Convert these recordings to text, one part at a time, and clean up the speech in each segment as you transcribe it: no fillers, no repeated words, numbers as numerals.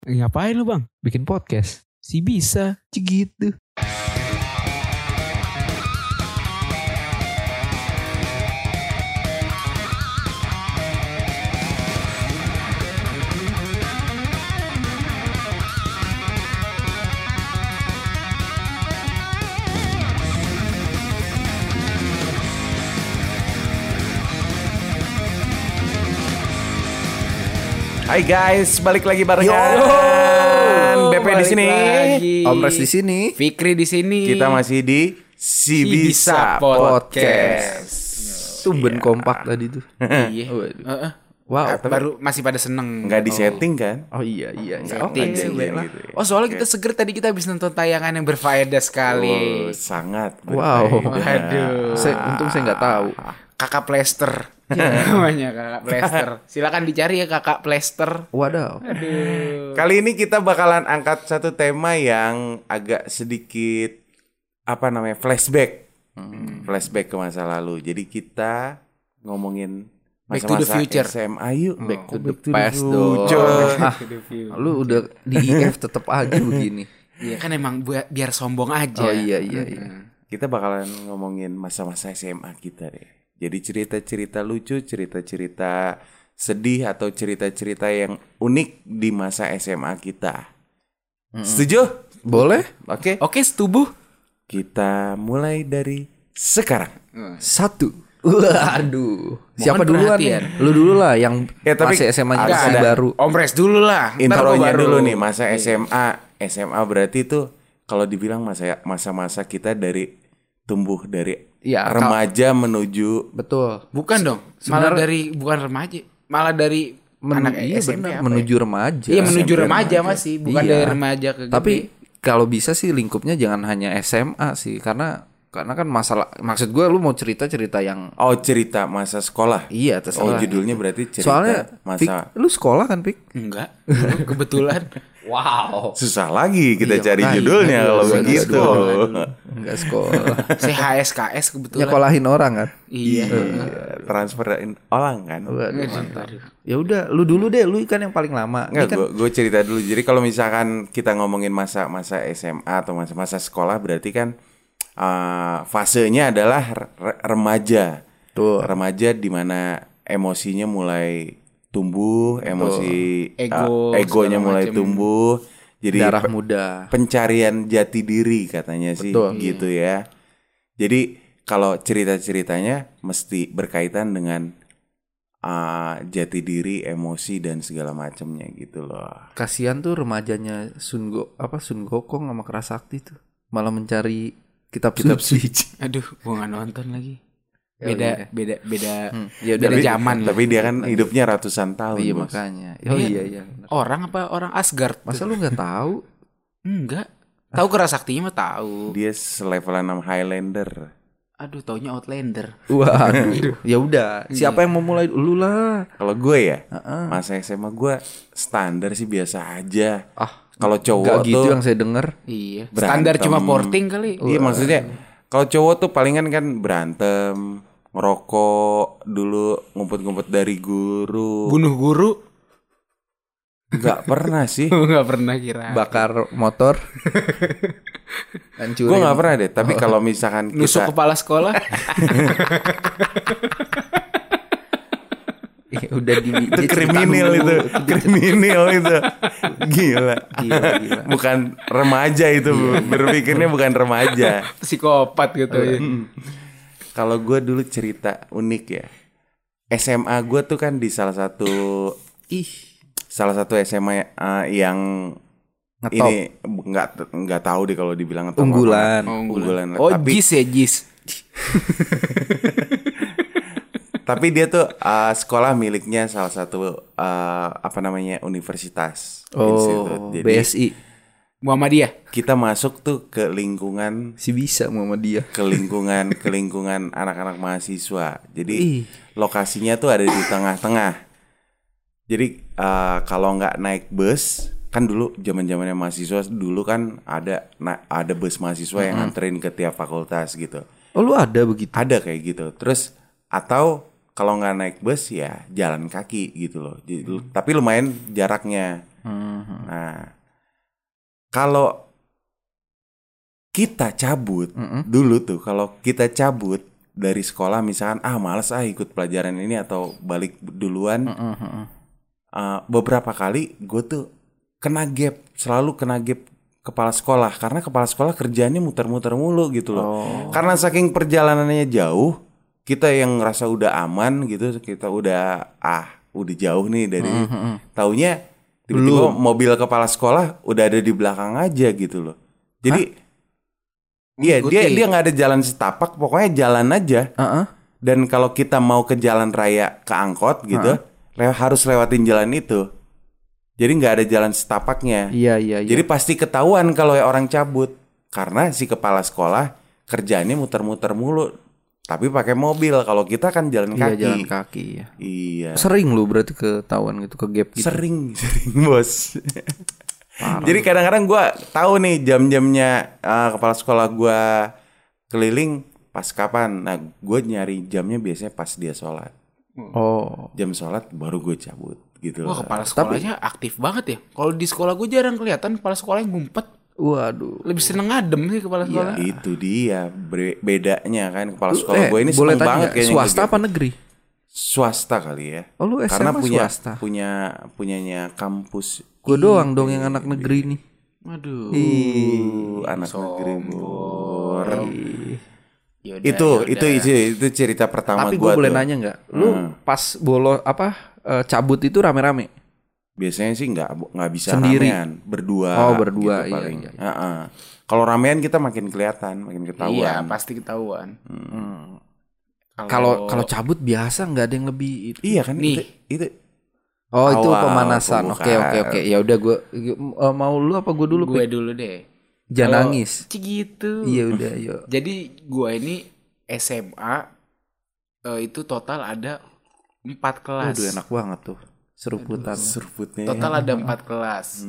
Ngapain lu bang? Bikin podcast. Si bisa. Gitu. Hai guys, balik lagi barengan. BP di sini, Om Res di sini. Fikri di sini. kita masih di Si Bisa Podcast. Tumben kompak tadi tuh. Iya. Waduh. Wow. Baru masih pada seneng. Nggak di setting kan? Oh iya. Setting nggak sih. janjian gitu ya. Oh soalnya kita seger tadi kita habis nonton tayangan yang berfaedah sekali. Oh, sangat. Wow. Waduh. Untung saya nggak tahu. Kakak Plester. Namanya Kakak Plester. Silakan dicari ya Kakak Plester. Wadaw. Aduh. Kali ini kita bakalan angkat satu tema yang agak sedikit flashback. Flashback ke masa lalu. Jadi kita ngomongin Back to the masa-masa future. SMA yuk. Back to the the past dong. future. Ah, lu udah di IF tetap aja begini. Iya kan emang biar sombong aja. Oh iya. Kita bakalan ngomongin masa-masa SMA kita deh. Jadi cerita-cerita lucu, cerita-cerita sedih atau cerita-cerita yang unik di masa SMA kita. Setuju? Boleh? Oke. Oke, setubuh. Kita mulai dari sekarang. 1. Waduh. Siapa duluan perhatian. nih? Lu dulu lah yang Ya, tapi masih SMA-nya ada- masih baru. Om Res dulu lah. Ntar gua Intronya baru. dulu nih masa SMA. SMA berarti itu kalau dibilang masa-masa kita dari tumbuh dari Iya, remaja menuju Betul. Bukan dong. Malah bukan remaja. Malah dari anak Iya SMP benar, apa ya? menuju remaja. Iya menuju SMP remaja remaja. masih, bukan Iya. dari remaja ke gede. Tapi kalau bisa sih lingkupnya jangan hanya SMA sih, karena kan maksud gue lu mau cerita yang cerita masa sekolah. iya terserah. Judulnya berarti cerita Soalnya Pik, masa. lu sekolah kan Pik? Enggak, kebetulan. Wow. Susah lagi kita Iya, cari makanya. judulnya kalau Aduh, begitu. Enggak sekolah. Saya HSKS kebetulan. Nyekolahin orang kan? Iya. Transferin orang kan. Waduh, mantap. Ya udah, lu dulu deh, lu kan yang paling lama. Ini Enggak, kan gue cerita dulu. Jadi kalau misalkan kita ngomongin masa-masa SMA atau masa-masa sekolah, berarti kan fasenya adalah remaja. Tuh. Remaja di mana emosinya mulai tumbuh, egonya segala mulai macem. tumbuh. Jadi darah muda. pencarian jati diri katanya sih. Betul. Gitu ya. Jadi kalau cerita-ceritanya mesti berkaitan dengan jati diri, emosi dan segala macamnya gitu loh. Kasihan tuh remajanya Sun Gokong sama Kerasakti tuh. Malah mencari kitab suci. Aduh, gua nggak nonton lagi. Oh, Beda. Ya Beda udah. zaman. Tapi dia kan hidupnya ratusan tahun. Iya Bos. makanya. Oh iya. Bener. Orang apa orang Asgard? Masa lu nggak tahu? Enggak. Tahu Kerasaktinya mah tahu. Dia selevelan sama Highlander. Aduh, taunya Outlander. Waduh. Ya udah. Siapa yang mau mulai dulu lah? Kalau gue ya, masa SMA gue standar sih biasa aja. Kalau cowok Gak gitu tuh yang saya dengar. Iya. Berantem. Standar cuma porting kali. Iya maksudnya kalau cowok tuh palingan kan berantem, ngerokok dulu, ngumpet-ngumpet dari guru. Bunuh guru. Gak pernah sih. Enggak pernah kira. Bakar motor. Hancurin. Gue gak pernah deh. Tapi kalau misalkan Nusuk kita kepala sekolah. Udah di itu kriminal itu, kriminal itu. Gila. Gila. Bukan remaja itu, berpikirnya bukan remaja. Psikopat gitu ya. Kalau gue dulu cerita unik ya. SMA gue tuh kan di salah satu SMA yang Ngetop. ini nggak tahu deh kalau dibilang ngetop Unggulan. apa. Unggulan. Oh, Tapi JIS ya, JIS. tapi dia tuh sekolah miliknya salah satu universitas. Oh, Jadi BSI. Muhammadiyah. kita masuk tuh ke lingkungan Si bisa Muhammadiyah. ke lingkungan anak-anak mahasiswa. Jadi Ih. lokasinya tuh ada di tengah-tengah. Jadi kalau nggak naik bus, kan dulu zaman-zamannya mahasiswa dulu kan ada bus mahasiswa yang nganterin ke tiap fakultas gitu. Oh lu ada begitu? Ada kayak gitu. Terus atau kalau nggak naik bus ya jalan kaki gitu loh. Tapi lumayan jaraknya. Nah, kalau kita cabut dulu tuh, kalau kita cabut dari sekolah misalkan males ikut pelajaran ini atau balik duluan, beberapa kali gue tuh selalu kena gap kepala sekolah, karena kepala sekolah kerjaannya muter-muter mulu gitu loh. Karena saking perjalanannya jauh, kita yang ngerasa udah aman gitu, kita udah jauh nih dari taunya tiba-tiba mobil kepala sekolah udah ada di belakang aja gitu loh. Jadi iya, dia nggak ada jalan setapak, pokoknya jalan aja. Dan kalau kita mau ke jalan raya ke angkot gitu, harus lewatin jalan itu. Jadi nggak ada jalan setapaknya. Iya. Jadi pasti ketahuan kalau orang cabut, karena si kepala sekolah kerjaannya muter-muter mulu. Tapi pakai mobil. Kalau kita kan jalan kaki. Iya, jalan kaki ya. Iya. Sering lu berarti ketahuan gitu, ke gap gitu. Sering bos. Jadi kadang-kadang gue tahu nih jam-jamnya kepala sekolah gue keliling pas kapan. Nah, gue nyari jamnya biasanya pas dia sholat. Jam sholat baru gue cabut gitu. Wah, kepala sekolahnya aktif banget ya. Kalau di sekolah gue jarang kelihatan kepala sekolah yang ngumpet. Waduh. Lebih seneng ngadem sih kepala sekolah. Ya, itu dia bedanya kan, kepala sekolah gue ini seneng banget kayaknya. Swasta apa negeri? Swasta kali ya. Oh, lu SMA karena swasta? punyanya kampus. Gue doang dong yang anak negeri nih. Waduh. Anak negeri bor. Yaudah, Itu cerita pertama gue. Tapi gue boleh nanya nggak? Lu pas cabut itu rame-rame? Biasanya sih nggak bisa sendiri. Ramean, berdua. Oh, berdua, gitu paling. iya. Kalau ramean kita makin kelihatan, makin ketahuan. Iya, pasti ketahuan. Kalau cabut biasa nggak ada yang lebih itu. Iya kan, Nih. itu Oh, itu awal pemanasan. pembukaan. Oke. Ya udah gue mau lu apa gue dulu? Gue dulu deh. Jangan nangis. Gitu. Iya udah, yuk. Jadi gue ini SMA itu total ada 4 kelas. Aduh, enak banget tuh. Seruputnya. Total ada 4 kelas.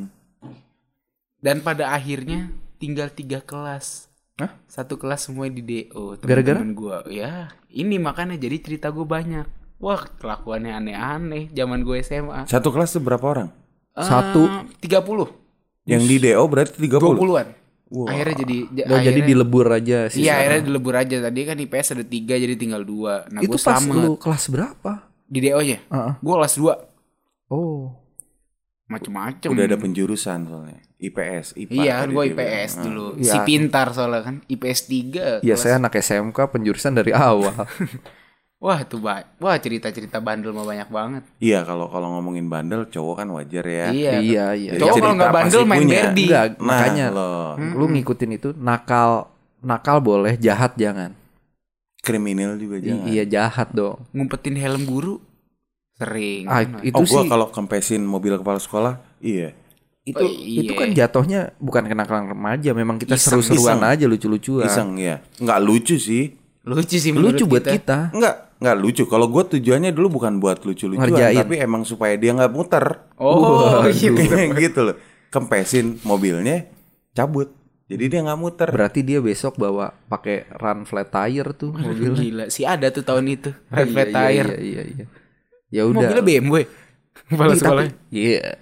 Dan pada akhirnya tinggal 3 kelas. Hah? 1 kelas semua di DO. Gara-gara? Temen gue. Ya, ini makanya jadi cerita gue banyak. Wah, kelakuannya aneh-aneh zaman gue SMA. Satu kelas tuh berapa orang? 30. Yang di DO berarti 30. 20-an. Wow. Akhirnya Jadi dilebur aja sih. Iya, akhirnya dilebur aja. Tadi kan IPS ada 3 jadi tinggal 2. Nah, itu gue pas sama lu kelas berapa? di DO-nya. Gue kelas 2. Oh. Macem-macem. Udah ada penjurusan soalnya. IPS, IPA. Iya, kan tadi gue dia IPS bilang. dulu. Iya. Si pintar soalnya kan. IPS 3. Iya, saya anak SMK penjurusan dari awal. Wah, itu wah cerita-cerita bandel mah banyak banget. Iya, kalau ngomongin bandel cowok kan wajar ya. Iya. Iya. Cowok kalau nggak bandel pasti main punya. berdi. Enggak, Nah, makanya loh. lu ngikutin itu nakal boleh, jahat jangan. Kriminal juga jangan. Iya, jahat dong. Ngumpetin helm guru sering. Itu Gua sih kalau kempesin mobil kepala sekolah, iya. itu kan jatuhnya bukan kenakalan remaja, memang kita Iseng, seru-seruan aja, lucu-lucuan. Iseng ya. Nggak lucu sih. Lucu sih menurut Lucu buat kita. Nggak lucu. Kalau gue tujuannya dulu bukan buat lucu-lucuan, Ngerjain. tapi emang supaya dia nggak muter. Oh, gitu. Gitu loh. Kempesin mobilnya, cabut. Jadi dia nggak muter. Berarti dia besok bawa pakai run flat tire tuh mobilnya. Gila, sih ada tuh tahun itu. Red flat tire. Iya. Ya udah. Mobilnya BMW. Kepala sekolah. Iya.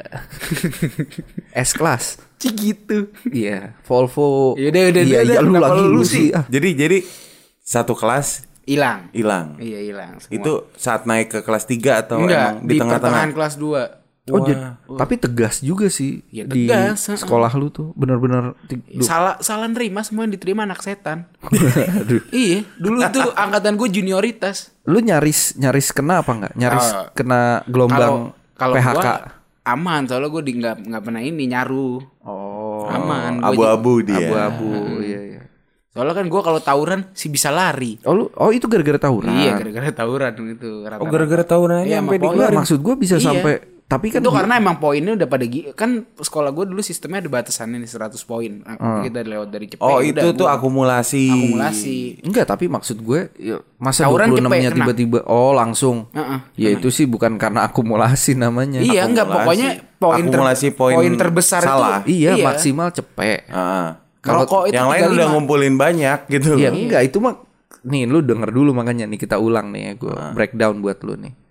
S-Class. Gitu. Iya, Volvo. Udah. Iya, lu Kenapa lagi lu lu sih. Jadi satu kelas Hilang. hilang. Iya, hilang semua. Itu saat naik ke kelas 3 atau enggak, emang di tengah-tengah? pertengahan kelas 2. Oh, tapi tegas juga sih Ya, di tegas, sekolah lu tuh. Benar-benar Salah nerima, semua yang diterima anak setan. Iya, dulu itu angkatan gue junioritas. Lu nyaris kena apa enggak? Nyaris kena gelombang Kalau PHK. gua aman, soalnya gue nggak pernah ini nyaru. Oh, Aman. Gua Abu-abu dia. abu-abu. Iya. soalnya kan gue kalau tawuran sih bisa lari. Oh itu gara-gara tawuran. Iya, gara-gara tawuran itu. Oh, gara-gara tawuran Iya, sampai sama dikeluarin. Maksud gue bisa Iya. sampai, tapi kan itu karena emang poinnya udah pada kan sekolah gue dulu sistemnya ada batasannya nih 100 poin. Kita lewat dari cepet. Oh, udah, itu tuh gua akumulasi. enggak, tapi maksud gue ya, masa Tawuran 26-nya cepet, tiba-tiba langsung. Ya itu sih bukan karena akumulasi namanya. Iya, enggak, pokoknya Akumulasi poin terbesar salah. itu. Iya, maksimal cepet. Kalau Rokok itu yang lain 35. udah ngumpulin banyak gitu Iya, loh. enggak, itu mah nih lu denger dulu, makanya nih kita ulang nih ya, gue breakdown buat lu nih.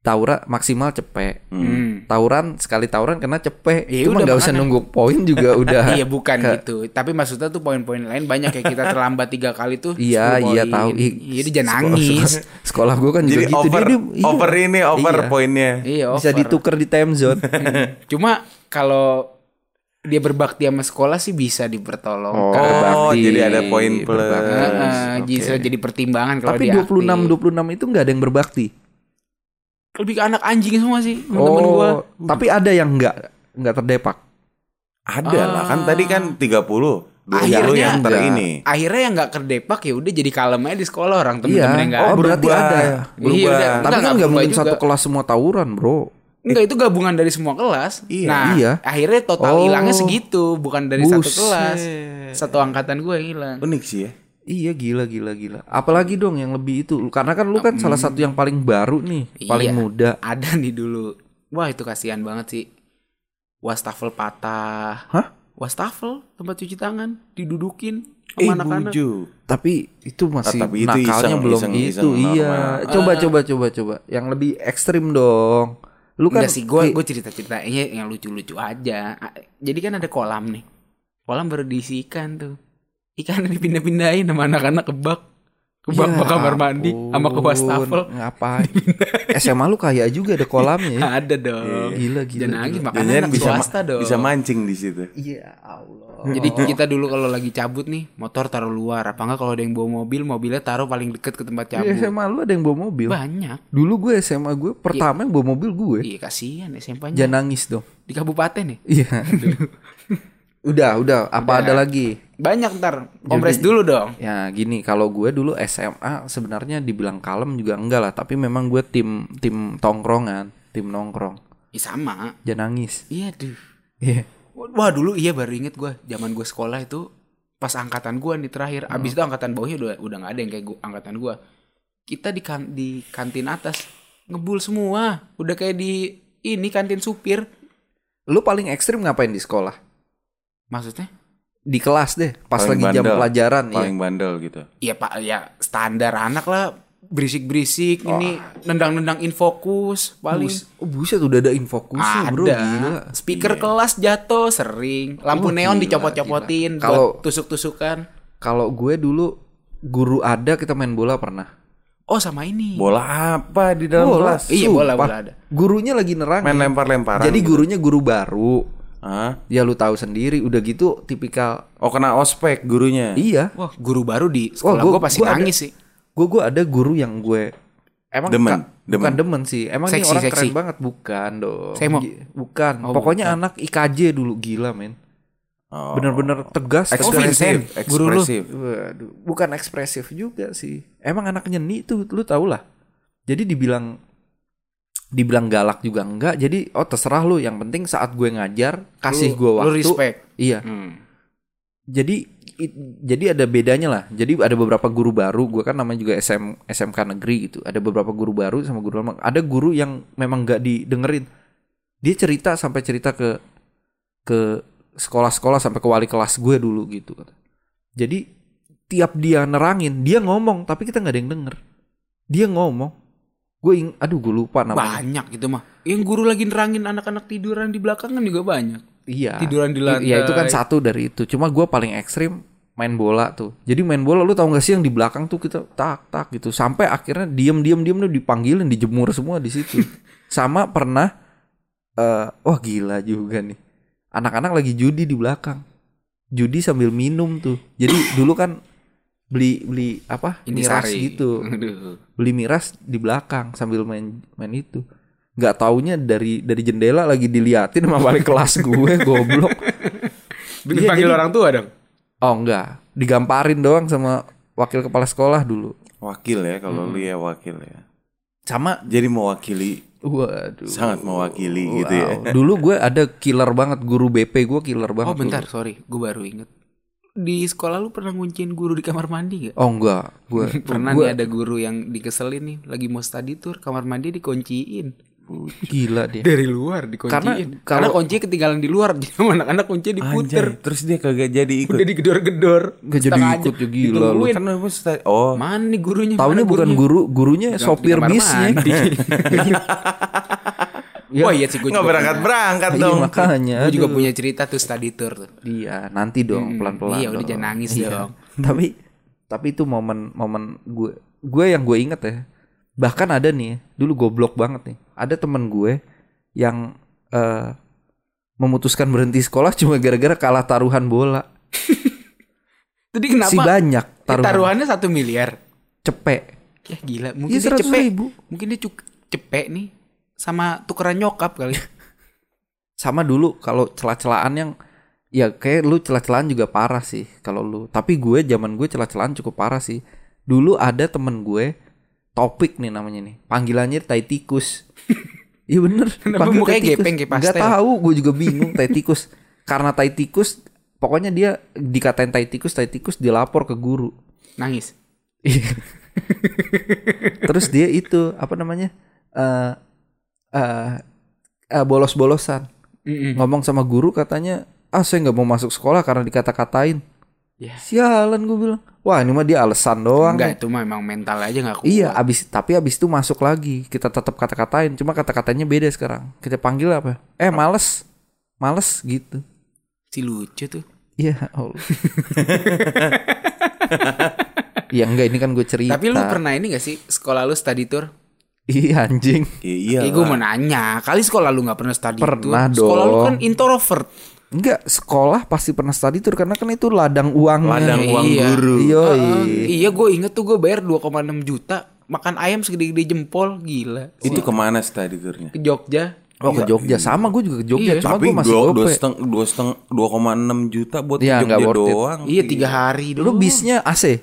tawuran maksimal cepet. Tawuran sekali tawuran kena cepet. Ya Cuma udah, nggak usah makanya. nunggu poin juga udah. Iya bukan gitu. Tapi maksudnya tuh poin-poin lain banyak kayak kita terlambat 3 kali tuh. Iya 10 iya poin. tahu. Iya dia jangan nangis. Sekolah gue kan Jadi juga gitu. over Iya. over ini over Iya. poinnya. Iya Bisa over. ditukar di time zone. Cuma kalau dia berbakti sama sekolah sih bisa dipertolongkan. Oh, Berbakti, jadi ada poin plus. berbakti. Bisa jadi pertimbangan kalau Tapi dia 26 itu nggak ada yang berbakti. lebih ke anak anjing semua sih teman-teman gua. Tapi ada yang nggak terdepak. Ada lah kan tadi kan 30, 20 Akhirnya yang ter enggak. ini. Akhirnya yang nggak kedepak ya udah jadi kalem aja di sekolah orang temen-temen yang nggak oh ada. berarti berubah. ada ya. Berubah. Iya, udah. Tapi Enggak, kan nggak berubah mungkin juga. satu kelas semua tawuran, bro. Enggak, itu gabungan dari semua kelas. Iya. Nah, Iya. akhirnya total Oh. hilangnya segitu, bukan dari satu Buset. kelas. Satu angkatan gue yang hilang. Unik sih ya. Iya gila. Apalagi dong yang lebih itu. Karena kan lu kan salah satu yang paling baru nih, paling Iya. muda. Ada nih dulu. Wah, itu kasihan banget sih. Wastafel patah. Hah? Wastafel, tempat cuci tangan, didudukin sama anak-anak. buju. Tapi itu masih tapi itu nakalnya iseng, belum iseng itu. Iya. normal. Coba. Yang lebih ekstrim dong. Lu kan Enggak sih, gue cerita-ceritanya yang lucu-lucu aja. Jadi kan ada kolam nih. Kolam baru diisi ikan tuh. Ikan dipindah-pindahin sama anak-anak kebak Ya kamar mandi sama ke wastafel. Ngapain? SMA lu kaya juga ada kolamnya ya. Ada dong. Gila. Jangan nangis, makanya Jangan anak bisa swasta dong. bisa mancing di situ. Iya Allah. Jadi kita dulu kalau lagi cabut nih, motor taruh luar. Apa enggak kalau ada yang bawa mobil, mobilnya taruh paling deket ke tempat Di cabut. SMA lu ada yang bawa mobil? Banyak. Dulu gue SMA gue pertama yang bawa mobil gue. Iya kasihan SMP-nya. Jangan nangis dong. Di kabupaten nih. Iya. Udah. Apa ada lagi? Banyak ntar. Kompres dulu dong. Ya gini, kalau gue dulu SMA sebenarnya dibilang kalem juga enggak lah. Tapi memang gue tim tongkrongan, tim nongkrong. Iya sama. Jangan nangis. Iya tuh. Iya. Wah dulu iya baru inget gue. Zaman gue sekolah itu pas angkatan gue nih terakhir. Abis itu angkatan bawahnya udah gak ada yang kayak angkatan gue. Kita di kantin atas ngebul semua. Udah kayak di ini kantin supir. Lu paling ekstrim ngapain di sekolah? Maksudnya? Di kelas deh, pas Paling lagi jam bandel. pelajaran ya. Paling bandel gitu. Iya pak, ya standar anak lah. Berisik-berisik. Ini nendang-nendang infokus paling. Oh buset udah ada infokusnya bro, Ada. gila. Speaker kelas jatuh sering. Lampu neon dicopot-copotin. Kalau- Buat tusuk-tusukan. Kalau gue dulu guru ada kita main bola pernah. Oh sama ini. Bola apa di dalam kelas? Iya bola ada. Gurunya lagi nerangin. Main lempar-lemparan. Jadi gitu. gurunya guru baru. Hah? Ya lu tahu sendiri, udah gitu tipikal. Oh kena ospek gurunya. Iya. Wah guru baru di sekolah Wah, gue pasti gua ada- nangis sih. Gue ada guru yang gue emang Demen, bukan demen sih. Emang ini Seksi, orang seksi. keren banget, bukan dong. Saya mau- Bukan. Oh, Pokoknya anak IKJ dulu gila, men. Oh. Bener-bener tegas. Vincent, guru lu. Ekspresif. Waduh, bukan ekspresif juga sih. Emang anak nyeni tuh, lu tau lah. Jadi dibilang galak juga enggak. Jadi terserah lu. Yang penting saat gue ngajar kasih gue Lu waktu. respect. Iya. Jadi ada bedanya lah. Jadi ada beberapa guru baru. Gue kan namanya juga SMK negeri gitu. Ada beberapa guru baru sama guru lama. Ada guru yang memang nggak didengerin. Dia cerita ke sekolah-sekolah sampai ke wali kelas gue dulu gitu. Jadi tiap dia nerangin dia ngomong tapi kita nggak ada yang denger. Dia ngomong. Gue lupa namanya. Banyak gitu mah. Yang guru lagi nerangin anak-anak tiduran di belakang kan juga banyak. Iya. Tiduran di lantai. Iya itu kan satu dari itu. Cuma gue paling ekstrim main bola tuh. Jadi main bola lu tau gak sih yang di belakang tuh kita tak gitu. Sampai akhirnya diem tuh dipanggilin, dijemur semua di situ. Sama pernah wah gila juga nih. Anak-anak lagi judi di belakang. Judi sambil minum tuh. Jadi dulu kan beli apa? Miras Intisari. gitu. Aduh. Beli miras di belakang sambil main itu. Nggak taunya dari jendela lagi diliatin sama wali kelas gue goblok. Dipanggil jadi- orang tua dong. Oh enggak, digamparin doang sama wakil kepala sekolah dulu. Wakil ya kalau lu ya wakil ya. Sama Jadi mewakili, waduh. sangat mewakili gitu ya. Wow. Dulu gue ada killer banget, guru BP gue killer banget. Oh bentar, dulu. sorry. Gue baru inget. Di sekolah lu pernah ngunciin guru di kamar mandi gak? Oh enggak, gue Pernah gue nih ada guru yang dikeselin nih. Lagi mau study tour, kamar mandi dikunciin. Gila dia. Dari luar dikunciin. Karena kuncinya ketinggalan di luar. Jadi sama anak-anak kuncinya diputer. Anjay, terus dia kagak jadi ikut. Udah digedor-gedor. Gak jadi Setengah ikut aja. ya, gila lu. Ditungguin. Kan lu oh, Mana nih gurunya? Taunya Mana bukan gurunya? gurunya Di sopir kamar bisnya. mandi. Ya. Wah iya sih gue nggak berangkat Iya, dong. makanya. Gue juga aduh. punya cerita tuh study tour tuh. Iya, nanti dong pelan-pelan. Iya udah dong. jangan nangis Iya. dong. Tapi itu momen gue yang gue inget ya. Bahkan ada nih, dulu goblok banget nih. Ada temen gue yang memutuskan berhenti sekolah cuma gara-gara kalah taruhan bola. Jadi kenapa? Si banyak Taruhannya 1 miliar. Cepek. Ya gila, mungkin Iya, dia cepek. 100.000. Mungkin dia cepek nih sama tukeran nyokap kali. Sama dulu kalau celah-celahan yang ya kayak lu celah-celahan juga parah sih kalau lu. Tapi gue zaman gue celah-celahan cukup parah sih. Dulu ada temen gue Topik nih namanya nih. Panggilannya tai tikus. Iya bener. Kenapa Panggil mukanya tai tikus. gepeng kayak pastel? Gak tahu, gue juga bingung tai tikus. Karena tai tikus, pokoknya dia dikatain tai tikus dilapor ke guru. Nangis. Terus dia itu apa namanya? Bolos-bolosan. Ngomong sama guru katanya, saya nggak mau masuk sekolah karena dikata-katain. Ya. Sialan gue bilang. Wah ini mah dia alasan doang. Enggak, itu mah emang mental aja gak kuat. Iya, tapi abis itu masuk lagi. Kita tetap kata-katain, cuma kata-katanya beda sekarang. Kita panggil apa? Males gitu. Si lucu tuh. Iya, Allah. Ya enggak, ini kan gue cerita. Tapi lu pernah ini gak sih sekolah lu study tour? Iya anjing. Iya. Gue mau nanya, kali sekolah lu gak pernah study tour? Pernah Sekolah lu dong. kan introvert. Enggak, sekolah pasti pernah study tour karena kan itu ladang uangnya. Ladang uang Iya. guru. Iya, gue inget tuh gue bayar 2,6 juta makan ayam segede-gede jempol, gila. Itu kemana study tournya? Ke Jogja. Oh ke Jogja, sama gue juga ke Jogja, Iya. cuma Tapi gue masih gope. 2,6 juta buat Iya, ke nggak Jogja worth it. doang. Iya 3 hari Lu doang. bisnya AC?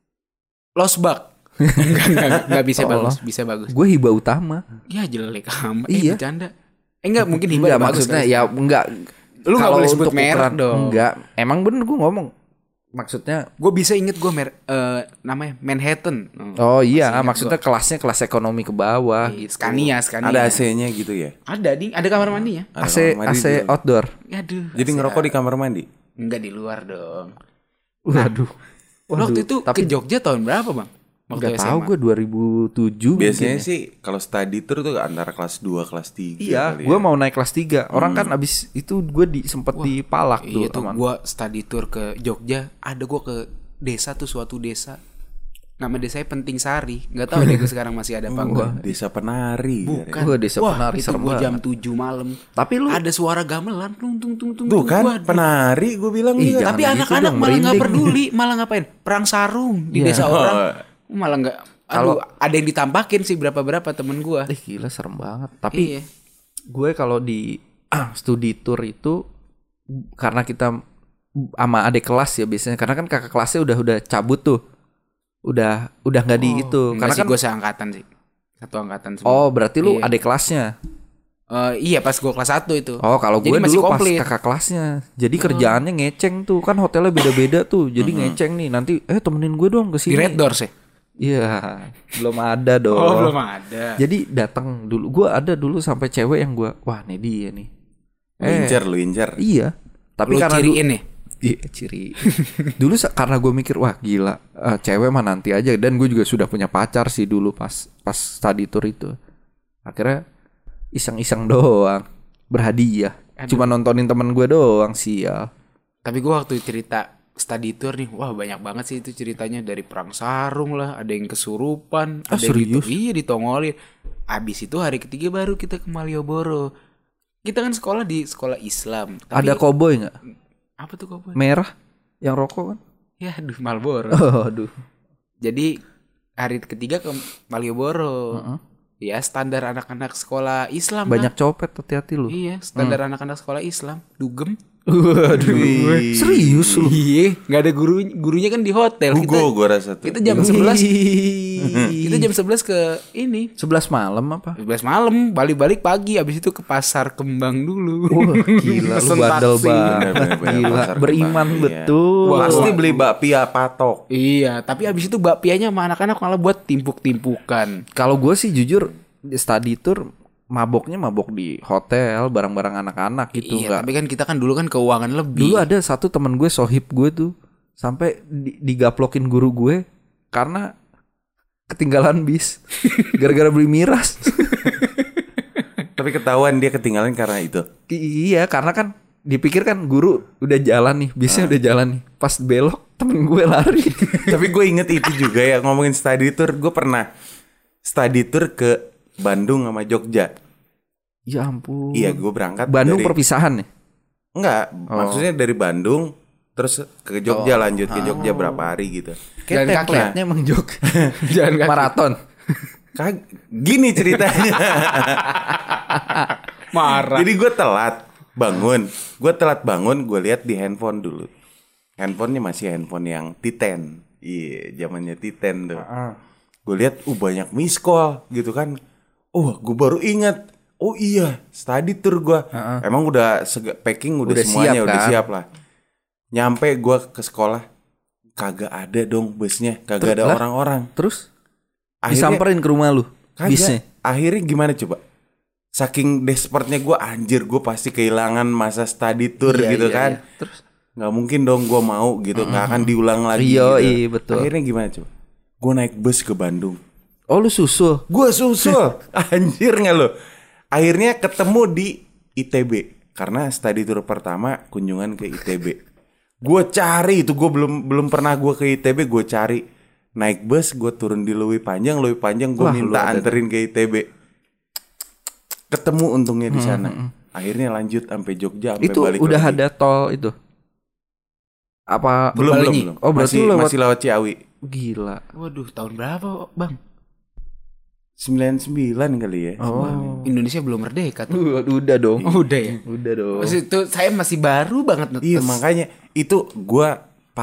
Losbak. Enggak bisa Oh, bagus, bisa bagus. Gue hibah utama. Ya jelek amat. Iya. Bercanda. Enggak mungkin hibah Enggak, bagus maksudnya kali. ya enggak. Lu nggak Kalau boleh sebut untuk merek ukuran, dong. Enggak, emang bener gue ngomong. Maksudnya Gue bisa inget gue namanya Manhattan. oh iya, masih ingat maksudnya kelasnya kelas ekonomi ke bawah Iya, gitu. Scania. Ada AC-nya gitu ya? Ada ada kamar mandinya. Ada AC kamar mandi AC juga. outdoor. Aduh. Jadi ngerokok di kamar mandi? Enggak di luar dong. Waduh. Lu waktu itu tapi ke Jogja tahun berapa, Bang? enggak tahu gue 2007 Biasanya mungkin ya. sih kalau study tour tuh antara kelas 2, kelas 3 Iya, kali gue ya. mau naik kelas 3. Orang kan abis itu gue sempet dipalak tuh Iya tuh teman. gue study tour ke Jogja. Ada gue ke desa tuh, suatu desa. Nama desanya Penting Sari. Gak tahu deh gue sekarang masih ada apa enggak. Desa penari. Bukan. Wah, desa penari itu serem gue jam banget. 7 malam. Tapi lu Ada suara gamelan tung tung tung tung. Tuh kan Waduh. penari gue bilang Ih, juga. jangan Tapi gitu anak-anak dong, malah nggak merinding. peduli, malah ngapain? Perang sarung di Iya. desa orang. Malah nggak. Kalau- Ada yang ditampakin sih berapa temen gue. gila serem banget. Tapi Iya. gue kalau di studi tour itu karena kita sama adik kelas ya biasanya, karena kan kakak kelasnya udah cabut tuh. Udah nggak di itu. Karena Karena kan gue seangkatan sih. Satu angkatan semua. oh, berarti lu Iya. adik kelasnya. Iya pas gue kelas 1 itu. Oh, kalau gue Jadi masih dulu pas komplit. kakak kelasnya. Jadi kerjaannya ngeceng tuh. Kan hotelnya beda-beda tuh. Jadi ngeceng nih. Nanti temenin gue dong ke Di sini. Red Doors ya? Iya, belum ada dong. Oh belum ada. Jadi datang dulu. Gue ada dulu sampai cewek yang gue, wah nih dia nih. Lu incer. Iya. Tapi Lu karena ciriin ya? Iya ciri. Dulu karena gue mikir wah gila, cewek mah nanti aja. Dan gue juga sudah punya pacar sih dulu pas study tour itu. Akhirnya iseng-iseng doang, berhadiah. Cuma nontonin temen gue doang sial. Tapi gue waktu cerita study tour nih, wah banyak banget sih itu ceritanya. Dari perang sarung lah, ada yang kesurupan, ada yang serius? iya ditongolin. Abis itu hari ketiga baru kita ke Malioboro. Kita kan sekolah di sekolah Islam. Tapi, Ada koboi nggak? apa tuh koboi? Merah yang rokok kan? Ya aduh Marlboro. Oh, aduh. Jadi hari ketiga ke Malioboro. Ya standar anak-anak sekolah Islam. Banyak copet, hati-hati lu. Iya, standar anak-anak sekolah Islam. Dugem. Waduh. Serius lu? Iya, nggak ada gurunya kan di hotel. Hugo gue rasa tuh. Kita jam 11. Kita jam 11 ke ini. 11 malam apa? 11 malam, balik-balik pagi. Abis itu ke Pasar Kembang dulu. Wah, gila lu Pesen bandel taksi. banget. Bener-bener Gila, pasar beriman kembang, iya. betul. Pasti beli bakpia patok. Iya, tapi abis itu bakpianya sama anak-anak malah buat timpuk-timpukan. Kalau gue sih jujur di study tour maboknya mabok di hotel, barang-barang anak-anak gitu. Iya, Nggak- tapi kan kita kan dulu kan keuangan lebih. Dulu ada satu temen gue, sohib gue tuh, sampai digaplokin guru gue karena ketinggalan bis gara-gara beli miras. Tapi ketahuan dia ketinggalan karena itu. Iya, karena kan dipikir kan guru udah jalan nih, bisnya udah jalan nih. Pas belok temen gue lari. Tapi gue inget itu juga ya, ngomongin study tour. Gue pernah study tour ke Bandung sama Jogja. Ya ampun. Iya, gue berangkat Bandung dari... perpisahan nih. Enggak, maksudnya dari Bandung terus ke Jogja, lanjut ke Jogja berapa hari gitu. Kayak Jalan kaki template-nya emang jog. Jalan kaki. Maraton. Gini ceritanya. Marah. Jadi gue telat bangun, gue lihat di handphone dulu. Handphonenya masih handphone yang T10. Iya, zamannya T10 tuh. Gue lihat banyak miss call gitu kan. Gue baru ingat. Oh iya, study tour gue. Emang udah packing udah semuanya, siap, udah kan? siap lah. Nyampe gue ke sekolah, kagak ada dong busnya, kagak ada Lah? orang-orang. Terus Akhirnya- disamperin ke rumah lu Kagak. bisnya. Akhirnya gimana coba? Saking desperate-nya gue, anjir gue pasti kehilangan masa study tour Iya, gitu iya, kan. iya. Terus Nggak mungkin dong gue mau gitu, nggak akan diulang lagi Iya, gitu. iya, betul. Akhirnya gimana coba? Gue naik bus ke Bandung. oh lu susul. Gue susul. Anjir nggak lo? Akhirnya ketemu di ITB. Karena study tour pertama kunjungan ke ITB. Gue cari itu, gue belum pernah gue ke ITB, gue cari. Naik bus, gue turun di Leuwi Panjang gue Wah, minta lu ada anterin ke ITB. Ketemu untungnya di sana. Akhirnya lanjut sampai Jogja, sampai Itu balik udah lagi. ada tol itu. Apa Purbalenyi? Oh, berarti lu lewat masih lewat Ciawi. gila. Waduh, tahun berapa, Bang? 99 kali ya. Oh. Indonesia belum merdeka tuh. Udah dong. Oh, udah ya. Udah dong. Maksud itu saya masih baru banget netes. Iya, makanya itu gua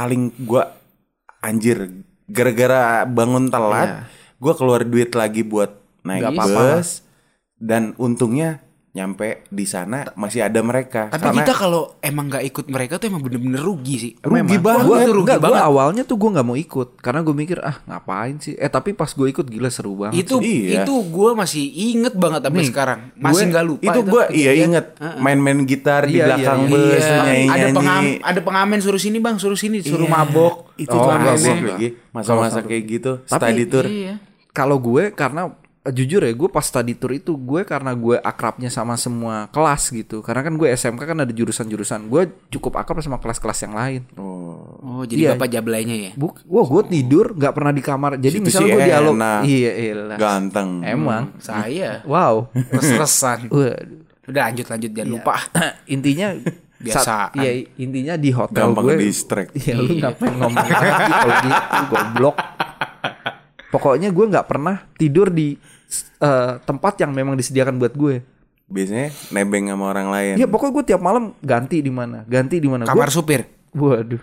anjir gara-gara bangun telat, gua keluar duit lagi buat naik Nggak apa-apa. bus, dan untungnya nyampe di sana masih ada mereka. Tapi Karena kita kalau emang nggak ikut mereka tuh emang bener-bener rugi sih. rugi Gua banget. Gue tuh rugi enggak, gue banget. awalnya tuh gue nggak mau ikut karena gue mikir ngapain sih. Tapi pas gue ikut gila seru banget. Itu Iya. itu gue masih inget banget sampai Nih, sekarang. Masih gue- nggak lupa. itu gua kejadian. inget main-main gitar di Iya, belakang iya, bus, Iya, nyanyi-nyanyi. ada pengamen suruh sini bang, suruh sini, suruh Iya. mabok. Itu Oh, tuh enggak, asik enggak. lagi. Masa-masa kayak gitu, study tour. Iya. Kalau gue karena jujur ya gue pas study tour itu gue karena gue akrabnya sama semua kelas gitu. Karena kan gue SMK kan ada jurusan-jurusan. Gue cukup akrab sama kelas-kelas yang lain. Oh, jadi Iya. bapak jablainya ya? Wah gue tidur nggak pernah di kamar. Jadi Situ misalnya sih gue dialog. enak. Iya elah. Ganteng. Emang. Saya Wow. res-resan. Waduh. Udah lanjut jangan lupa. Intinya Biasaan. Iya intinya di hotel Gampang gue. distract. Iya lu ngapain ngomong lagi kalau gitu goblok. Pokoknya gue nggak pernah tidur di tempat yang memang disediakan buat gue. Biasanya nebeng sama orang lain. Iya pokoknya gue tiap malam ganti di mana. Kamar supir. Waduh.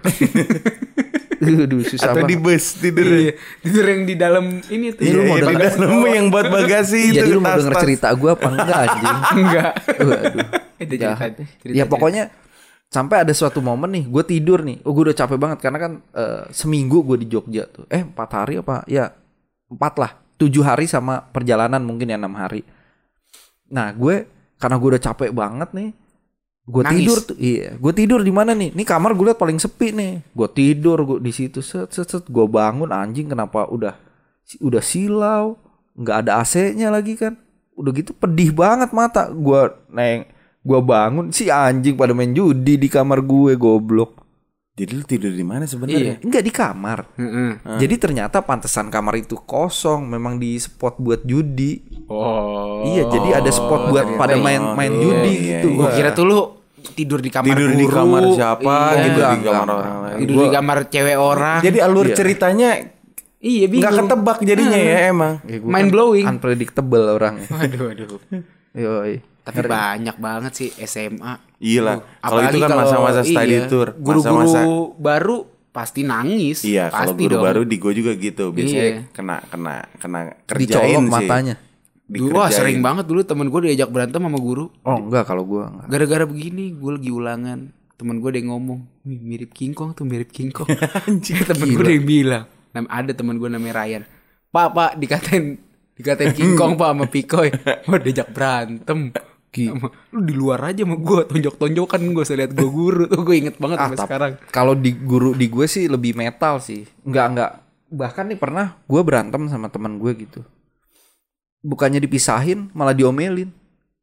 Waduh susah Atau di banget. bus tidur. Iya, tidur yang di dalam ini tuh. Iya, lu mau Iya, di denger- dalam yang buat bagasi itu. Jadi lu mau tas-tas. denger cerita gue apa enggak anjing? Enggak. Waduh. Itu Jahat. cerita. Ya pokoknya sampai ada suatu momen nih gue tidur nih. Gue udah capek banget karena kan seminggu gue di Jogja tuh. 4 hari apa? Ya 4 lah. 7 hari sama perjalanan mungkin ya 6 hari. Nah gue karena gue udah capek banget nih. Gue Nangis. tidur tuh. Iya. Gue tidur di mana nih? Nih kamar gue liat paling sepi nih. Gue tidur gue di situ set. Gue bangun anjing kenapa udah silau. Nggak ada AC-nya lagi kan. Udah gitu pedih banget mata. Gue bangun si anjing pada main judi di kamar gue goblok. Jadi lu tidur di mana sebenarnya? Enggak di kamar. Heeh. Jadi ternyata pantesan kamar itu kosong, memang di spot buat judi. Oh. Iya, jadi ada spot buat ternyata pada main judi iya, gitu. iya. Gua kira tuh lu tidur di kamar Tidur guru. di kamar siapa Iya. gitu, di Enggak, kamar enggak. orang lain. Tidur di kamar cewek orang. Jadi alur Iya. ceritanya iya bingung. nggak ketebak jadinya ya emang. Ya, gua Mind blowing. Unpredictable orangnya. Waduh. Yoi. Tapi banyak banget sih SMA. Iya lah. Kalau Apalagi itu kan masa-masa study iya, tour, Guru-guru masa-masa. baru pasti nangis. Iya, kalau Pasti guru dong. baru di gue juga gitu. Biasanya Iya. kena Dicolok kerjain sih. matanya. Wah Dikerjain. sering banget dulu temen gue diajak berantem sama guru. Oh enggak kalau gua enggak. Gara-gara begini gue lagi ulangan. Temen gue ada yang ngomong, "Wih, mirip King Kong tuh mirip King Kong." Temen gue ada yang bilang. Ada temen gue namanya Ryan. Pak dikatain Dikatain King Kong Pak sama Pikoy. Mau diajak berantem. Lu di luar aja sama gue, tonjok-tonjokan gue lihat gue guru tuh, gue inget banget sampai sekarang. Kalau di guru di gue sih lebih metal sih. Enggak. Bahkan nih pernah gue berantem sama teman gue gitu. Bukannya dipisahin, malah diomelin.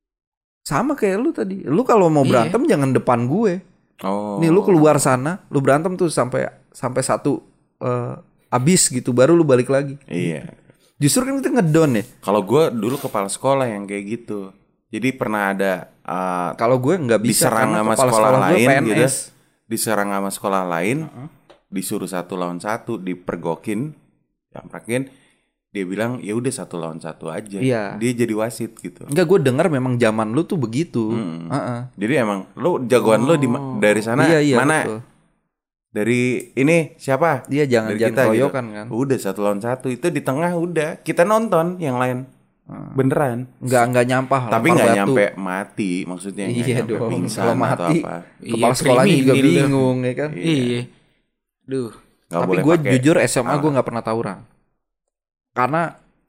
Sama kayak lu tadi. Lu kalau mau berantem jangan depan gue. Oh. Nih lu keluar sana, lu berantem tuh sampai satu habis gitu, baru lu balik lagi. Iya. Justru kan kita ngedon ya. Kalau gue dulu kepala sekolah yang kayak gitu. Jadi pernah ada Kalau gue nggak bisa diserang karena sama kepala sekolah gue lain PNS. gitu. Diserang sama sekolah lain, disuruh 1 lawan 1, dipergokin, jamprakin. Dia bilang ya udah 1 lawan 1 aja. Iya. Dia jadi wasit gitu. Enggak, gue dengar memang zaman lu tuh begitu. Jadi emang lu jagoan lu dari sana Iya, mana? betul. Dari ini siapa? Dia jangan Dari jangan kita, keroyokan kan. Udah 1 lawan 1 itu di tengah udah kita nonton yang lain. Beneran. Nggak nyampah. Tapi lempar nggak batu. nyampe mati, maksudnya nggak Iya nyampe dong. pingsan Kalau atau mati, apa. kepala sekolahnya juga kriminal dah. bingung ya kan. Iya. Duh. Nggak Tapi boleh gue pakai jujur SMA gue nggak pernah tawuran. Karena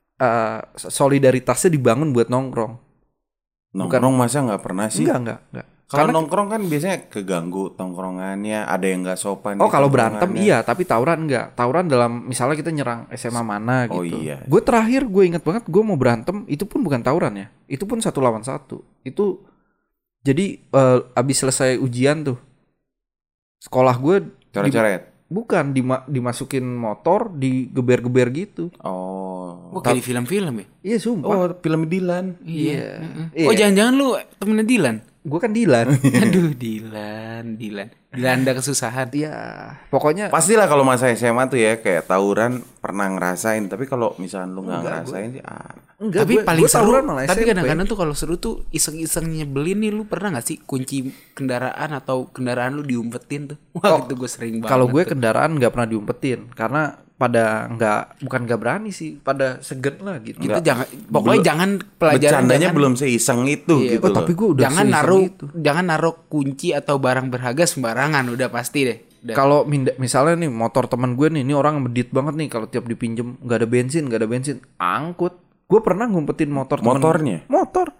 solidaritasnya dibangun buat nongkrong. nongkrong masa nggak pernah sih? Enggak. Kalau Karena nongkrong kan biasanya keganggu tongkrongannya, ada yang nggak sopan. oh di kalau berantem tongkrongannya. iya, tapi tawuran enggak. Tawuran dalam misalnya kita nyerang SMA mana gitu. Oh, iya. Gue terakhir gue inget banget gue mau berantem itu pun bukan tawuran ya. Itu pun 1 lawan 1. Itu jadi abis selesai ujian tuh sekolah gue Coret-coret. bukan dimasukin motor digeber-geber gitu. Oh. Kok kayak di film-film ya? Iya sumpah. Oh, film Dilan. Iya. Oh jangan-jangan lu temennya Dilan? Gue kan Dilan. Aduh Dilan. Dilanda kesusahan. Iya. Pokoknya Pastilah kalau masa SMA tuh ya kayak tawuran pernah ngerasain, tapi kalau misalnya lu nggak ngerasain sih enggak, Tapi paling gue seru. tawuran malah Tapi SMP. kadang-kadang tuh kalau seru tuh iseng-iseng nyebelin nih. Lu pernah gak sih kunci kendaraan atau kendaraan lu diumpetin tuh? Wah itu gue sering banget. Kalau gue tuh. kendaraan nggak pernah diumpetin karena pada bukan nggak berani sih, pada segen lah gitu. Kita jangan, pokoknya jangan pelajaran. bercandanya jangan- belum seiseng itu Iya, gitu Oh, tapi loh. gue udah jangan seiseng naruh itu. jangan naruh kunci atau barang berharga sembarangan, udah pasti deh. Udah. Kalau misalnya nih motor teman gue nih, ini orang medit banget nih kalau tiap dipinjem nggak ada bensin, angkut. Gue pernah ngumpetin motor temen- Motornya? motor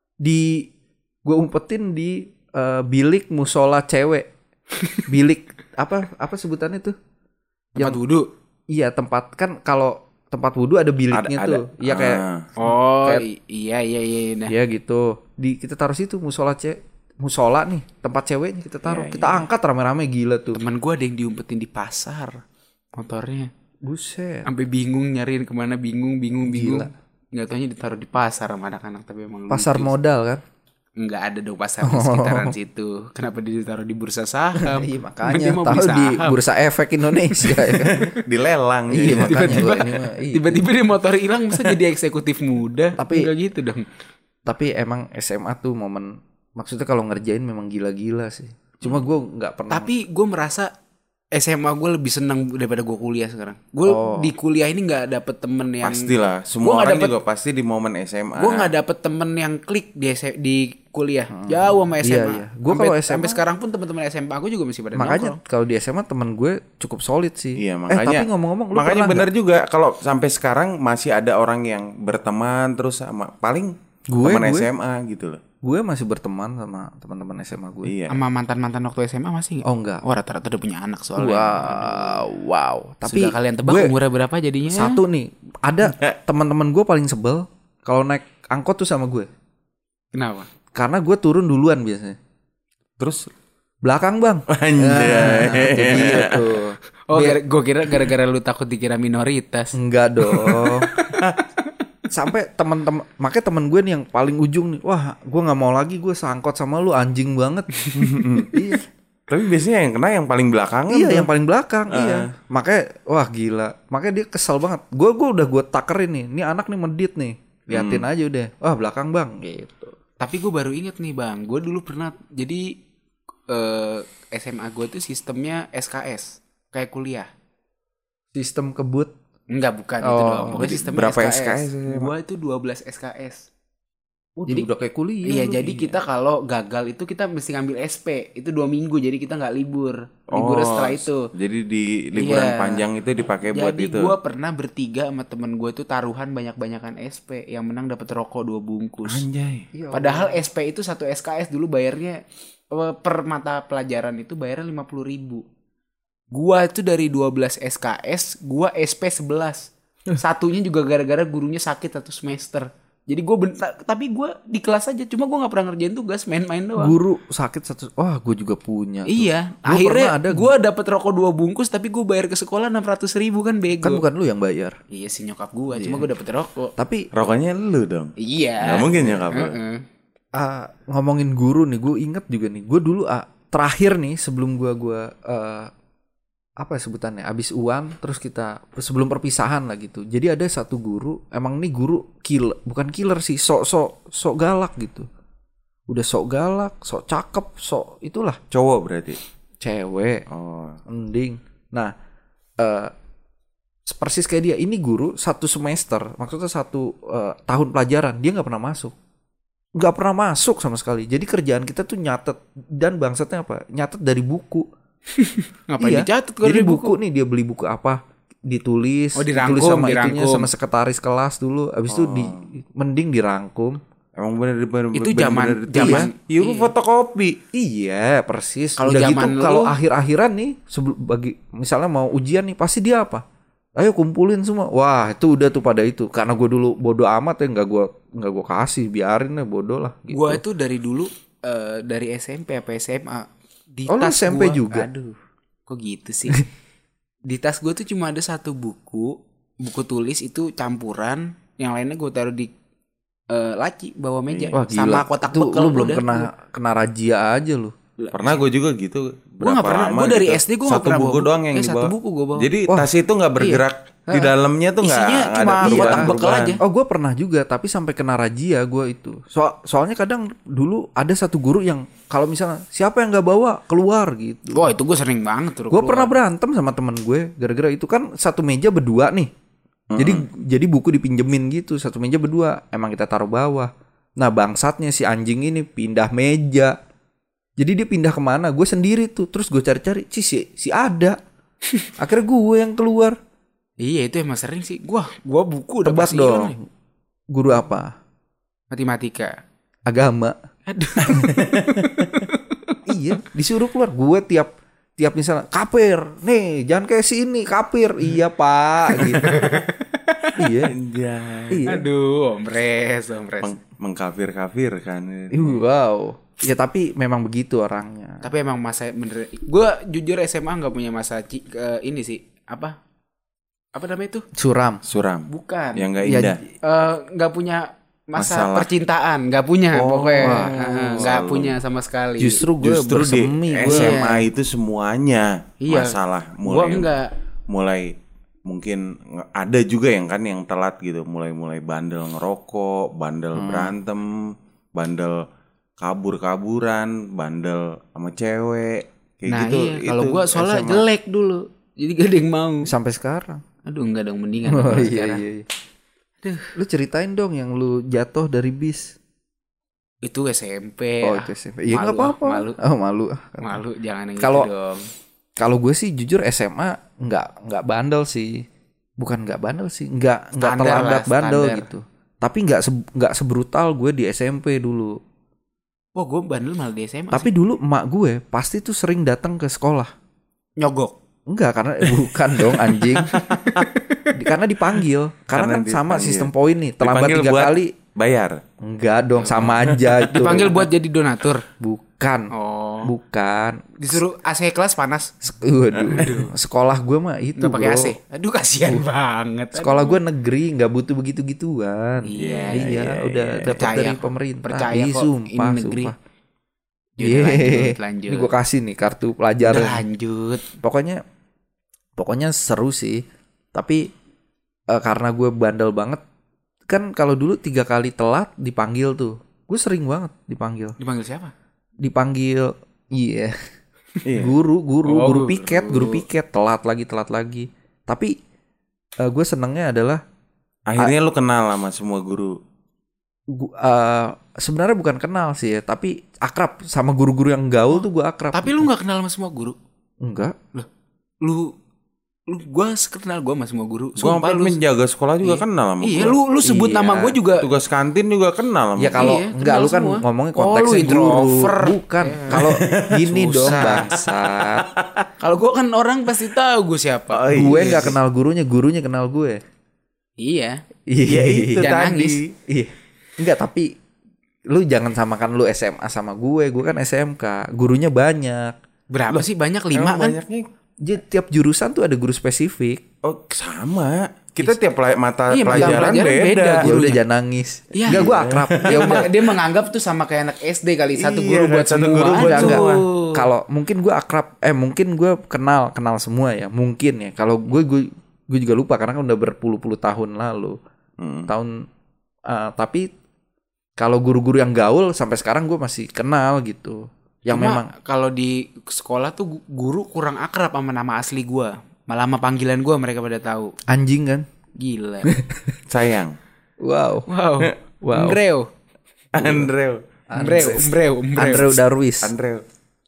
gue umpetin di bilik musola cewek. Bilik apa sebutannya tuh? Tempat wudhu. Iya tempat kan kalau tempat wudhu ada biliknya Ada. tuh. Iya kayak Oh Kayak- iya. Nah. ya gitu. Kita taruh situ musola nih tempat ceweknya kita taruh. Kita angkat rame-rame gila tuh. Teman gue ada yang diumpetin di pasar motornya. Buset. Sampai bingung nyariin kemana, bingung. Nggak taunya ditaruh di pasar sama anak-anak, tapi emang Pasar lucu. modal kan? Nggak ada dong pasar di sekitaran situ. Kenapa dia ditaruh di bursa saham? Iya Kan makanya dia mau tahu beli di saham. Bursa Efek Indonesia ya kan? Dilelang. Iya, gitu. makanya Tiba-tiba, gua ini mah, iya. tiba-tiba dia motor hilang, masa jadi eksekutif muda? Tapi- Nggak gitu dong. Tapi emang SMA tuh momen maksudnya kalau ngerjain memang gila-gila sih. Cuma gue nggak pernah. Tapi gue merasa SMA gue lebih senang daripada gue kuliah sekarang. Gue di kuliah ini nggak dapet temen yang Pastilah, Gua semua nggak orang dapet- juga pasti di momen SMA. gue nggak dapet temen yang klik di kuliah jauh sama SMA. iya. Gua kalau SMA sampai sekarang pun teman-teman SMA aku juga masih pada makanya nongkrong. kalau di SMA teman gue cukup solid sih. Iya, makanya. tapi ngomong-ngomong lu makanya pernah bener nggak? juga kalau sampai sekarang masih ada orang yang berteman terus sama paling Gue- teman gue- SMA gitu loh. Gue masih berteman sama teman-teman SMA gue. Iya. Sama mantan-mantan waktu SMA masih nggak? Oh enggak. Oh rata-rata udah punya anak soalnya. Wow. Tapi Sudah kalian tebak gue umurnya berapa jadinya? satu nih, ada teman-teman gue paling sebel kalau naik angkot tuh sama gue. Kenapa? Karena gue turun duluan biasanya. Terus Belakang bang. anjay. Jadi gitu. Oh gue kira gara-gara lu takut dikira minoritas. Enggak dong. Sampai teman-teman, makanya temen gue nih yang paling ujung nih, wah gue nggak mau lagi gue sangkot sama lu anjing banget. Iya. Tapi biasanya yang kena yang paling belakangan Iya tuh. yang paling belakang iya. Makanya wah gila. Makanya dia kesel banget. Gue udah gue takerin nih. Ini anak nih medit nih. Liatin aja udah. Wah belakang bang gitu. Tapi gue baru inget nih bang, gue dulu pernah jadi SMA gue tuh sistemnya SKS kayak kuliah. Sistem kebut. Enggak bukan itu Oh, doang. Pokoknya sistemnya berapa SKS. SKS? Gue itu 12 SKS. Jadi udah kayak kuliah. Iya, lu. jadi kita kalau gagal itu kita mesti ngambil SP. Itu 2 minggu, jadi kita nggak libur. Liburnya setelah itu. Jadi di liburan Iya. panjang itu dipakai buat Jadi itu. gue pernah bertiga sama temen gue itu taruhan banyak-banyakan SP. Yang menang dapat rokok 2 bungkus. Anjay. Padahal SP itu 1 SKS dulu bayarnya per mata pelajaran itu bayarnya 50.000. Gua itu dari 12 SKS, gua SP 11. Satunya juga gara-gara gurunya sakit 1 semester. Jadi gue tapi gue di kelas aja, cuma gue nggak pernah ngerjain tugas, main-main doang. Guru sakit 1. Wah, gue juga punya. Tuh. Iya, Gua akhirnya pernah ada- gue dapet rokok 2 bungkus, tapi gue bayar ke sekolah 600.000 kan bego. Kan bukan lu yang bayar. Iya sih nyokap gue, cuma gue dapet rokok. Tapi Rokoknya lu dong. Iya. Nggak mungkin ya kamu. Heeh. ngomongin guru nih, gue inget juga nih. Gue dulu terakhir nih sebelum gue apa ya sebutannya, abis UAN, terus kita sebelum perpisahan lah gitu. Jadi ada satu guru, emang nih guru bukan killer sih, sok galak gitu. Udah sok galak, sok cakep, sok itulah. Cowok berarti. Cewek, Oh. mending. Nah, persis kayak dia. Ini guru 1 semester, maksudnya 1 tahun pelajaran, dia nggak pernah masuk. Nggak pernah masuk sama sekali. Jadi kerjaan kita tuh nyatet, dan bangsatnya apa? Nyatet dari buku. Ngapain dicatat kalau Jadi dari buku nih, dia beli buku apa, ditulis, Oh, dirangkum, ditulis sama itunya, dirangkum. sama sekretaris kelas dulu. Abis itu mending dirangkum. Emang bener-bener Itu bener-bener zaman- itu zaman- ya? Iya, lu fotokopi. Iya, persis. Kalau Udah gitu, zaman kalau lu- akhir-akhiran nih, bagi misalnya mau ujian nih, pasti dia apa? Ayo kumpulin semua. Wah, itu udah tuh pada itu. Karena gue dulu bodo amat ya, nggak gue kasih, biarin lah, bodo lah. Gitu. Gue itu dari dulu dari SMP apa SMA di Oh, lu tas SMP gua- juga? Aduh, kok gitu sih? Di tas gue tuh cuma ada 1 buku tulis itu campuran, yang lainnya gue taruh di laci bawah meja Wah, sama gila. kotak Itu bekal. lu belum udah. kena razia aja lu. Pernah gue juga gitu. Gue nggak pernah. Gue dari SD gue nggak Satu pernah buku bawa doang yang dibawa. 1 buku gue bawa. Jadi tas itu nggak bergerak di dalamnya tuh nggak Isinya nggak cuma ada kotak bekal perubahan. aja. Oh, gue pernah juga, tapi sampai kena razia gue itu. Soalnya kadang dulu ada satu guru yang kalau misalnya siapa yang nggak bawa keluar gitu. Wah, itu gue sering banget tuh. Gue pernah berantem sama temen gue gara-gara itu. Kan satu meja berdua nih. Jadi buku dipinjemin gitu, satu meja berdua. Emang kita taruh bawah. Nah, bangsatnya si anjing ini pindah meja. Jadi dia pindah kemana? Gue sendiri tuh. Terus gue cari-cari, si ada. Akhirnya gue yang keluar. Iya, itu emang sering sih. Gua buku udah Tebak pasti hilang dong. nih. Guru apa? Matematika. Agama. Aduh. Iya, disuruh keluar. Gue tiap misalnya kapir, nih jangan kayak sini kapir. Iya pak, gitu. Iya, Anjay. iya. Aduh, ompres. Mengkafir-kafir kan. Wow. Ya tapi memang begitu orangnya. Tapi emang masa bener. Gue jujur SMA nggak punya masa ini sih. Apa namanya itu? Suram. Suram. Bukan. Yang nggak Ya, indah. Nggak punya masa Masalah. percintaan, nggak punya pokoknya. Nggak selalu. punya sama sekali. Justru gue Justru di bersemi. SMA itu semuanya Iya. masalah. Gua enggak. Mulai mungkin ada juga yang kan yang telat gitu. Mulai bandel ngerokok, bandel berantem, bandel kabur-kaburan, bandel sama cewek. Kayak Nah gitu. iya, kalau Itu gue soalnya SMA. jelek dulu, jadi gak ada yang mau. Sampai sekarang. Aduh, enggak dong, mendingan Oh dong iya sekarang. iya. Lu ceritain dong yang lu jatuh dari bis. Itu SMP. Oh itu SMP. Iya nggak malu, apa-apa. Malu, Oh malu. malu, jangan yang Kalau- gitu dong. Kalau gue sih jujur SMA nggak bandel sih. Bukan nggak bandel sih, nggak Standar terlambat lah, bandel standar. gitu. Tapi nggak sebrutal gue di SMP dulu. Wah, gue bandel malah di SMA. Tapi dulu emak gue pasti tuh sering datang ke sekolah. nyogok. Enggak, karena bukan dong anjing. Karena dipanggil. Karena Karena kan sama dipanggil. sistem poin nih. Terlambat Dipanggil 3 buat kali. bayar. Enggak dong, sama aja itu. Dipanggil buat jadi donatur. Bukan. Oh. Bukan. Disuruh AC kelas panas. Waduh. Sekolah gue mah itu Nggak pakai bro. AC. Aduh, kasihan banget. Sekolah gue negeri, nggak butuh begitu-begituan. Iya, udah dapat Percaya dari kok. pemerintah. Percaya Ih, kok, sumpah, ini negeri. sumpah. Yaudah, Iya. lanjut. Ini gue kasih nih kartu Udah pelajaran. lanjut. Pokoknya seru sih. Tapi karena gue bandel banget, kan kalau dulu 3 kali telat dipanggil tuh. Gue sering banget dipanggil. Dipanggil siapa? Dipanggil, iya. Iya. Guru Oh, piket telat lagi. Tapi gue senengnya adalah Akhirnya lu kenal sama semua guru. Sebenarnya bukan kenal sih ya, tapi akrab sama guru-guru yang gaul tuh gue akrab. Tapi lu nggak kenal sama semua guru? Enggak. Lu gue kenal gue sama semua guru. Gua sampai lu menjaga sekolah juga kenal sama iya, gua. lu sebut Iya. nama gue juga. Tugas kantin juga kenal sama Ya kalau Iya, enggak kenal lu kan semua. ngomongnya Oh, lu konteksnya guru. introvert. Bukan. Kalau gini dong Susah. bangsat. Kalau gue kan orang pasti tahu gue siapa. Oh, iya. Gue nggak kenal gurunya, gurunya kenal gue. Iya. Ya itu Jangan tadi. nangis. Iya. Enggak, tapi lu jangan samakan lu SMA sama gue kan SMK. Gurunya banyak. Berapa sih? Banyak 5 Emang kan? banyaknya. Jadi tiap jurusan tuh ada guru spesifik. Oh sama. Kita tiap mata Iya, pelajaran pelajaran beda. beda. Ya udah Gurunya. jangan nangis. Iya. Enggak, gue akrab. Dia, dia menganggap tuh sama kayak anak SD kali, satu Iya, guru buat satu semua. guru buat Enggak, enggak. semua. Kalau mungkin gue akrab, mungkin gue kenal semua ya, mungkin ya. Kalau gue juga lupa karena kan udah berpuluh-puluh tahun lalu. Tapi kalau guru-guru yang gaul sampai sekarang gue masih kenal gitu. Yang Cuma memang kalau di sekolah tuh guru kurang akrab sama nama asli gue. Malah sama panggilan gue mereka pada tahu. anjing kan. Gila. Sayang. Wow. Wow. Wow. Umbreo. Andreu. Andrew Darwis. Andreu.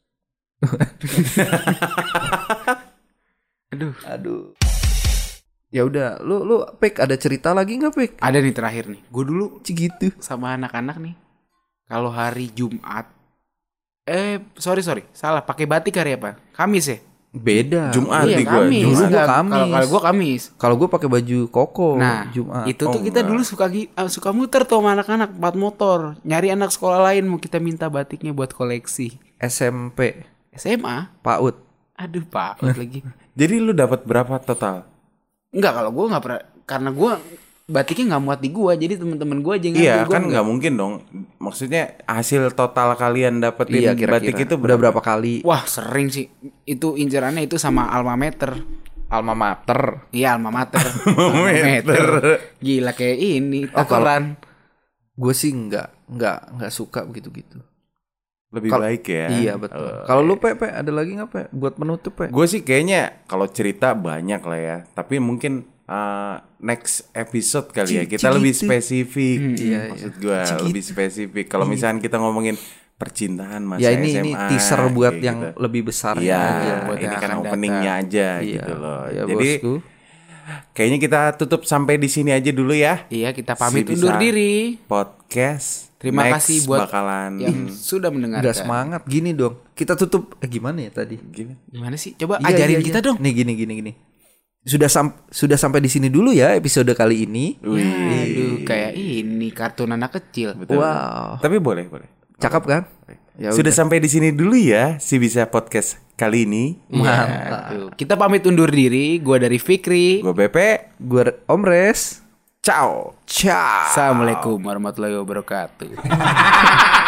Aduh. Ya udah, lu Pek ada cerita lagi nggak Pek? Ada nih terakhir nih. Gue dulu Gitu. sama anak-anak nih. Kalau hari Jumat. Sorry. Salah. Pakai batik hari apa? Kamis ya? Beda. Jumat Iya, di gua. Kamis. Dulu gua Enggak, Kamis. Kalau gue Kamis. Kalau gue pakai baju koko Nah, Jumat. itu tuh kita dulu suka muter tuh sama anak-anak 4 motor, nyari anak sekolah lain mau kita minta batiknya buat koleksi. SMP SMA? PAUD. Aduh, Pak, lagi. Jadi lu dapat berapa total? Enggak, kalau gue nggak pernah, karena gue batiknya nggak muat di gue, jadi teman-teman gue aja yang Iya ngambil, gua kan nggak mungkin dong. Maksudnya hasil total kalian dapetin Iya kira-kira. batik itu udah berapa kali? Wah, sering sih. Itu incerannya itu sama alma mater. Alma mater. Iya, alma mater. Alma mater. Gila kayak ini, takoran. Gue sih nggak suka begitu-gitu. Lebih Kalo- baik ya. Iya betul. Kalau lu Pe, ada lagi nggak Pe? Buat penutup Pe? Gue sih kayaknya kalau cerita banyak lah ya. Tapi mungkin next episode kali ya kita lebih spesifik. Iya, Maksud gue lebih spesifik. Kalau misalnya kita ngomongin percintaan masa Ya ini SMA. teaser buat kayak yang gitu. lebih besar Iya, aja. buat ini yang kan akan openingnya aja Iya, gitu loh. ya, Jadi bosku. kayaknya kita tutup sampai di sini aja dulu ya. Iya, kita pamit Si undur Bisa diri. Podcast. Terima Next kasih buat bakalan yang sudah mendengarkan. Udah semangat gini dong. Kita tutup gimana ya tadi? gini. Gimana sih? Coba Iya, ajarin iya, kita iya. dong. Nih gini. Sudah sampai di sini dulu ya episode kali ini. Aduh, kayak ini kartun anak kecil. Wow. Tapi boleh. Cakep kan? Ya Sudah udah. sampai di sini dulu ya si Bisa Podcast kali ini. Aduh. Kita pamit undur diri. Gua dari Fikri. Gue Pepe. Gua Om Res. Ciao. Ciao. Assalamualaikum warahmatullahi wabarakatuh.